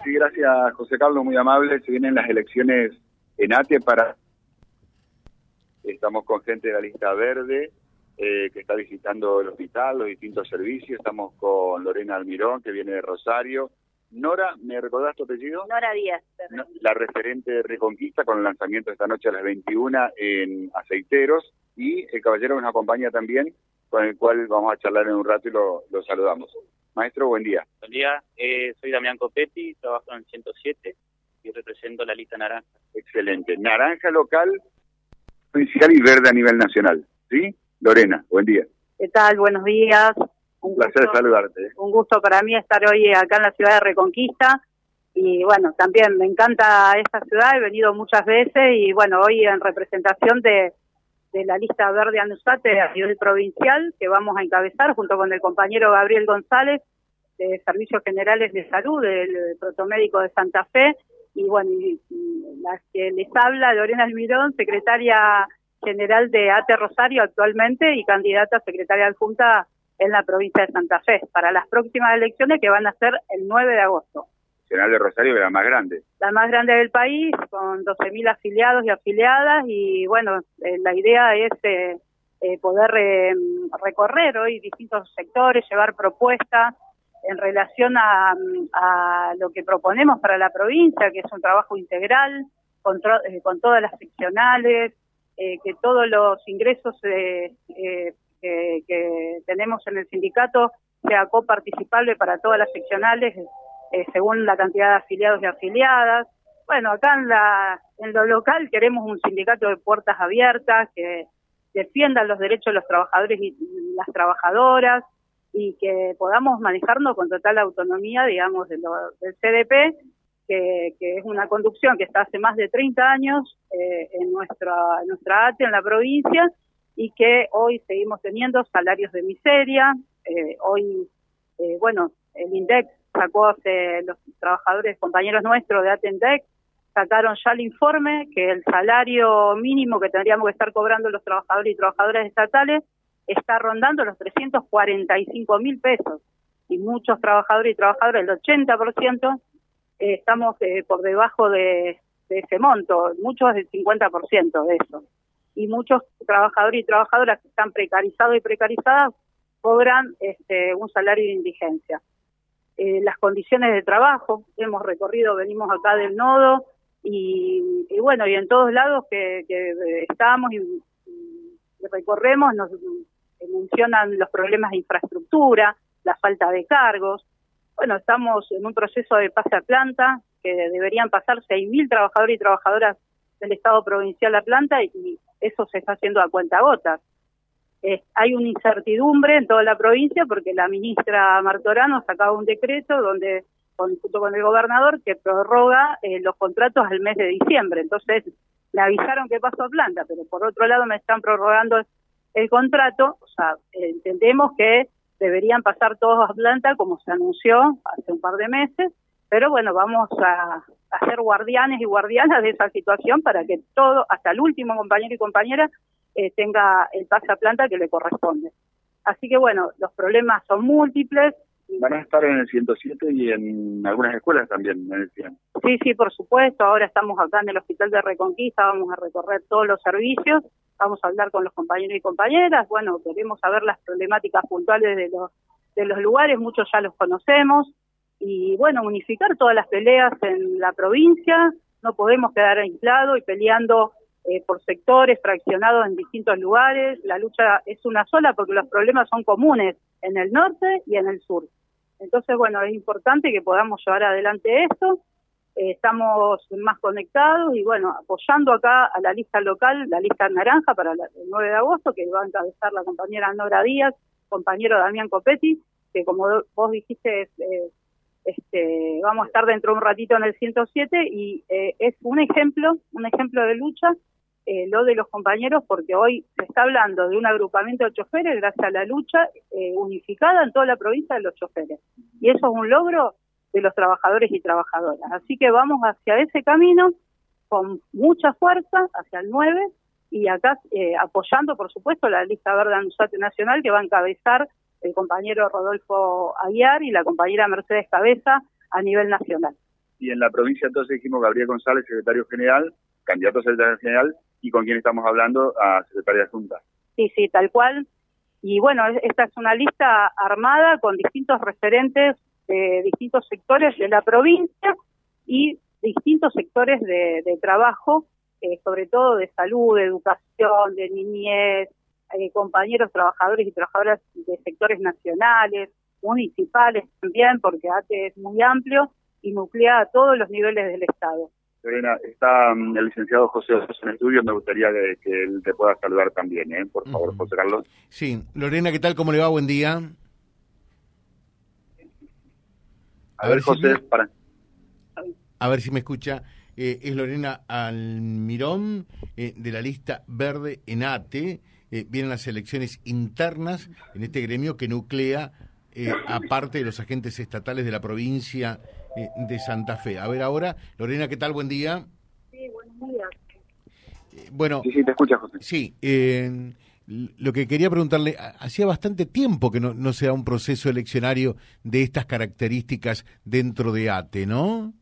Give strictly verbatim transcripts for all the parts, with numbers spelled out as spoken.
Sí, gracias, José Carlos, muy amable. Se vienen las elecciones en ATE para... Estamos con gente de la lista verde eh, que está visitando el hospital, los distintos servicios. Estamos con Lorena Almirón, que viene de Rosario. Nora, ¿me recordás tu apellido? Nora Díaz. No, la referente de Reconquista, con el lanzamiento esta noche a las veintiuna en Aceiteros. Y el caballero que nos acompaña también, con el cual vamos a charlar en un rato y lo, lo saludamos. Maestro, buen día. Buen día, eh, soy Damián Copetti, trabajo en ciento siete y represento la lista naranja. Excelente. Naranja local, provincial y verde a nivel nacional. ¿Sí? Lorena, buen día. ¿Qué tal? Buenos días. Un placer gusto, saludarte. Un gusto para mí estar hoy acá en la ciudad de Reconquista. Y bueno, también me encanta esta ciudad, he venido muchas veces y bueno, hoy en representación de, de la lista verde Anusate a nivel provincial, que vamos a encabezar junto con el compañero Gabriel González, de Servicios Generales de Salud, del Protomédico de Santa Fe, y bueno, y, y la que les habla, Lorena Almirón, secretaria general de ATE Rosario actualmente y candidata a secretaria adjunta en la provincia de Santa Fe, para las próximas elecciones que van a ser el nueve de agosto. Nacional de Rosario, que es la más grande. La más grande del país, con doce mil afiliados y afiliadas, y bueno, eh, la idea es eh, eh, poder eh, recorrer hoy distintos sectores, llevar propuestas en relación a, a lo que proponemos para la provincia, que es un trabajo integral, con, eh, con todas las seccionales, eh, que todos los ingresos eh, eh, que, que tenemos en el sindicato sea coparticipable para todas las seccionales, eh, según la cantidad de afiliados y afiliadas. Bueno, acá en, la, en lo local queremos un sindicato de puertas abiertas, que defiendan los derechos de los trabajadores y las trabajadoras, y que podamos manejarnos con total autonomía, digamos, de lo, del C D P, que, que es una conducción que está hace más de treinta años eh, en nuestra, en nuestra ATE, en la provincia, y que hoy seguimos teniendo salarios de miseria. Eh, hoy, eh, bueno, el INDEC sacó, hace, los trabajadores, compañeros nuestros de ATENDEC, sacaron ya el informe que el salario mínimo que tendríamos que estar cobrando los trabajadores y trabajadoras estatales está rondando los trescientos cuarenta y cinco mil pesos. Y muchos trabajadores y trabajadoras, el ochenta por ciento, eh, estamos eh, por debajo de, de ese monto, muchos del cincuenta por ciento de eso. Y muchos trabajadores y trabajadoras que están precarizados y precarizadas cobran este, un salario de indigencia. Eh, las condiciones de trabajo, hemos recorrido, venimos acá del nodo, y, y bueno, y en todos lados que, que estamos y, y recorremos nos mencionan los problemas de infraestructura, la falta de cargos. Bueno, estamos en un proceso de pase a planta, que deberían pasar seis mil trabajadores y trabajadoras del Estado provincial a planta, y eso se está haciendo a cuentagotas. Eh, hay una incertidumbre en toda la provincia porque la ministra Martorano sacaba un decreto donde, con, junto con el gobernador, que prorroga eh, los contratos al mes de diciembre. Entonces, me avisaron que pasó a planta, pero por otro lado me están prorrogando el contrato. O sea, eh, entendemos que deberían pasar todos a planta como se anunció hace un par de meses, pero bueno, vamos a, a ser guardianes y guardianas de esa situación para que todo, hasta el último compañero y compañera, Eh, tenga el pase a planta que le corresponde. Así que bueno, los problemas son múltiples. Van a estar en el ciento siete y en algunas escuelas también, me decían. Sí, sí, por supuesto. Ahora estamos acá en el Hospital de Reconquista, vamos a recorrer todos los servicios, vamos a hablar con los compañeros y compañeras. Bueno, queremos saber las problemáticas puntuales de los, de los lugares, muchos ya los conocemos. Y bueno, unificar todas las peleas en la provincia, no podemos quedar aislados y peleando Eh, por sectores fraccionados en distintos lugares. La lucha es una sola porque los problemas son comunes en el norte y en el sur. Entonces, bueno, es importante que podamos llevar adelante esto. Eh, estamos más conectados y, bueno, apoyando acá a la lista local, la lista naranja para la, el nueve de agosto, que va a encabezar la compañera Nora Díaz, compañero Damián Copetti, que como vos dijiste, es, eh, este, vamos a estar dentro de un ratito en el ciento siete, y eh, es un ejemplo, un ejemplo de lucha, eh, lo de los compañeros, porque hoy se está hablando de un agrupamiento de choferes gracias a la lucha eh, unificada en toda la provincia de los choferes. Y eso es un logro de los trabajadores y trabajadoras. Así que vamos hacia ese camino con mucha fuerza, hacia el nueve, y acá eh, apoyando, por supuesto, la lista verde Anusate Nacional, que va a encabezar el compañero Rodolfo Aguiar y la compañera Mercedes Cabeza a nivel nacional. y en la provincia entonces dijimos Gabriel González, secretario general, candidato a secretario general, y con quien estamos hablando, a secretaria adjunta. Sí, sí, tal cual. Y bueno, esta es una lista armada con distintos referentes de distintos sectores de la provincia y distintos sectores de, de trabajo, eh, sobre todo de salud, de educación, de niñez, eh, compañeros trabajadores y trabajadoras de sectores nacionales, municipales también, porque A T E es muy amplio y nuclea a todos los niveles del Estado. Lorena, está um, el licenciado José Osos en el estudio, me gustaría que, que él te pueda saludar también, ¿eh? Por favor, uh-huh. José Carlos. Sí, Lorena, ¿qué tal? ¿Cómo le va? Buen día. A, a ver, José, si... para... A ver si me escucha. Eh, es Lorena Almirón, eh, de la lista verde en A T E. Eh, vienen las elecciones internas en este gremio que nuclea, eh, aparte de los agentes estatales de la provincia eh, de Santa Fe. A ver ahora, Lorena, ¿qué tal? Buen día. Sí, buenos días. Eh, bueno, sí, sí, te escucha, José. Sí, eh, lo que quería preguntarle, hacía bastante tiempo que no, no se da un proceso eleccionario de estas características dentro de A T E, ¿no?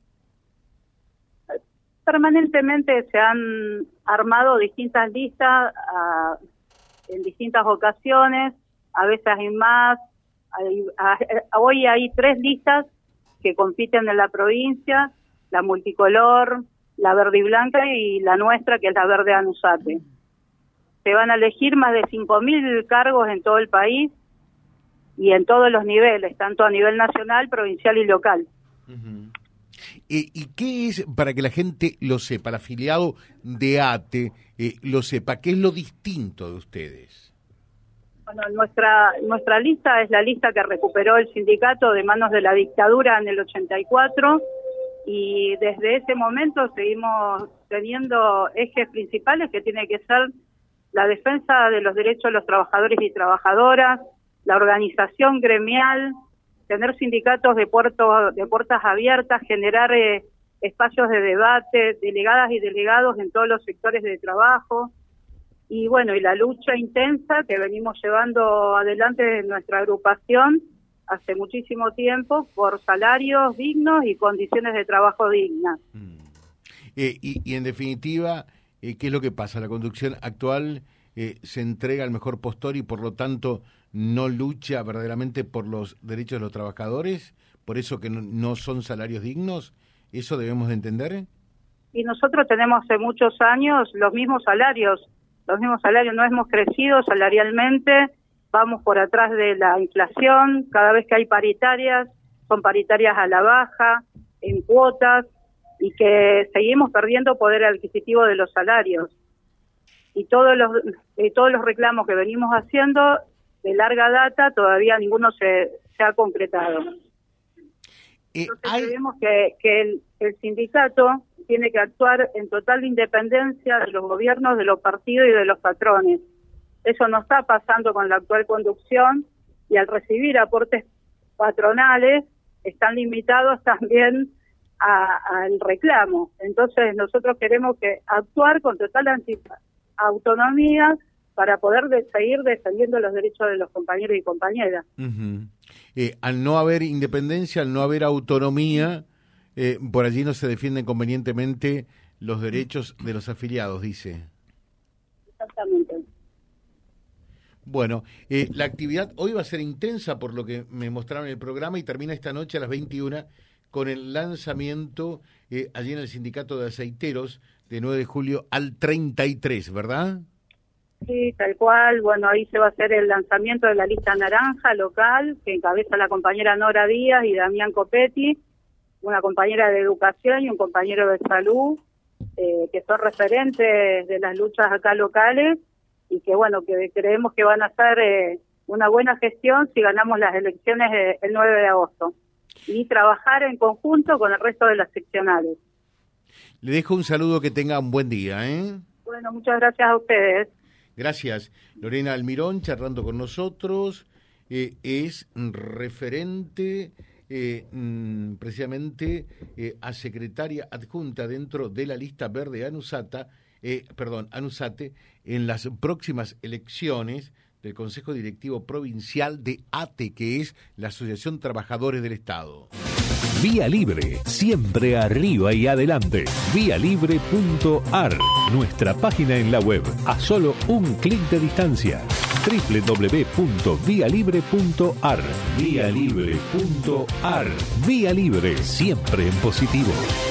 Permanentemente se han armado distintas listas a, en distintas ocasiones, a veces hay más. Hay, a, hoy hay tres listas que compiten en la provincia, la multicolor, la verde y blanca y la nuestra, que es la verde Anusate. Se van a elegir más de cinco mil cargos en todo el país y en todos los niveles, tanto a nivel nacional, provincial y local. Uh-huh. ¿Y, ¿Y qué es, para que la gente lo sepa, el afiliado de A T E eh, lo sepa, qué es lo distinto de ustedes? Bueno, nuestra nuestra lista es la lista que recuperó el sindicato de manos de la dictadura en el ochenta y cuatro y desde ese momento seguimos teniendo ejes principales que tiene que ser la defensa de los derechos de los trabajadores y trabajadoras, la organización gremial, tener sindicatos de puertos, de puertas abiertas, generar eh, espacios de debate, delegadas y delegados en todos los sectores de trabajo, y bueno, y la lucha intensa que venimos llevando adelante en nuestra agrupación hace muchísimo tiempo por salarios dignos y condiciones de trabajo dignas. Mm. Eh, y, y en definitiva, eh, ¿qué es lo que pasa? La conducción actual eh, se entrega al mejor postor y por lo tanto no lucha verdaderamente por los derechos de los trabajadores, por eso que no, no son salarios dignos. ¿Eso debemos de entender? Y nosotros tenemos hace muchos años los mismos salarios, los mismos salarios, no hemos crecido salarialmente, vamos por atrás de la inflación, cada vez que hay paritarias, son paritarias a la baja, en cuotas, y que seguimos perdiendo poder adquisitivo de los salarios. Y todos los, eh, todos los reclamos que venimos haciendo de larga data, todavía ninguno se, se ha concretado. Eh, Entonces hay... creemos que, que el, el sindicato tiene que actuar en total independencia de los gobiernos, de los partidos y de los patrones. Eso no está pasando con la actual conducción y al recibir aportes patronales están limitados también al reclamo. Entonces nosotros queremos que actuar con total autonomía para poder de, seguir defendiendo los derechos de los compañeros y compañeras. Uh-huh. Eh, al no haber independencia, al no haber autonomía, eh, por allí no se defienden convenientemente los derechos de los afiliados, dice. Exactamente. Bueno, eh, la actividad hoy va a ser intensa por lo que me mostraron en el programa y termina esta noche a las veintiuna con el lanzamiento eh, allí en el Sindicato de Aceiteros de nueve de julio al treinta y tres, ¿verdad? Sí, tal cual. Bueno, ahí se va a hacer el lanzamiento de la lista naranja local, que encabeza la compañera Nora Díaz y Damián Copetti, una compañera de educación y un compañero de salud, eh, que son referentes de las luchas acá locales y que, bueno, que creemos que van a hacer eh, una buena gestión si ganamos las elecciones eh, el nueve de agosto. Y trabajar en conjunto con el resto de las seccionales. Le dejo un saludo, que tenga un buen día, ¿eh? Bueno, muchas gracias a ustedes. Gracias. Lorena Almirón, charlando con nosotros, eh, es referente eh, mm, precisamente eh, a secretaria adjunta dentro de la lista verde Anusata, eh, perdón, Anusate, en las próximas elecciones del Consejo Directivo Provincial de A T E, que es la Asociación Trabajadores del Estado. Vía Libre, siempre arriba y adelante. vía libre punto a r, nuestra página en la web, a solo un clic de distancia. doble u doble u doble u punto vía libre punto a r. vía libre punto a r. Vía Libre, siempre en positivo.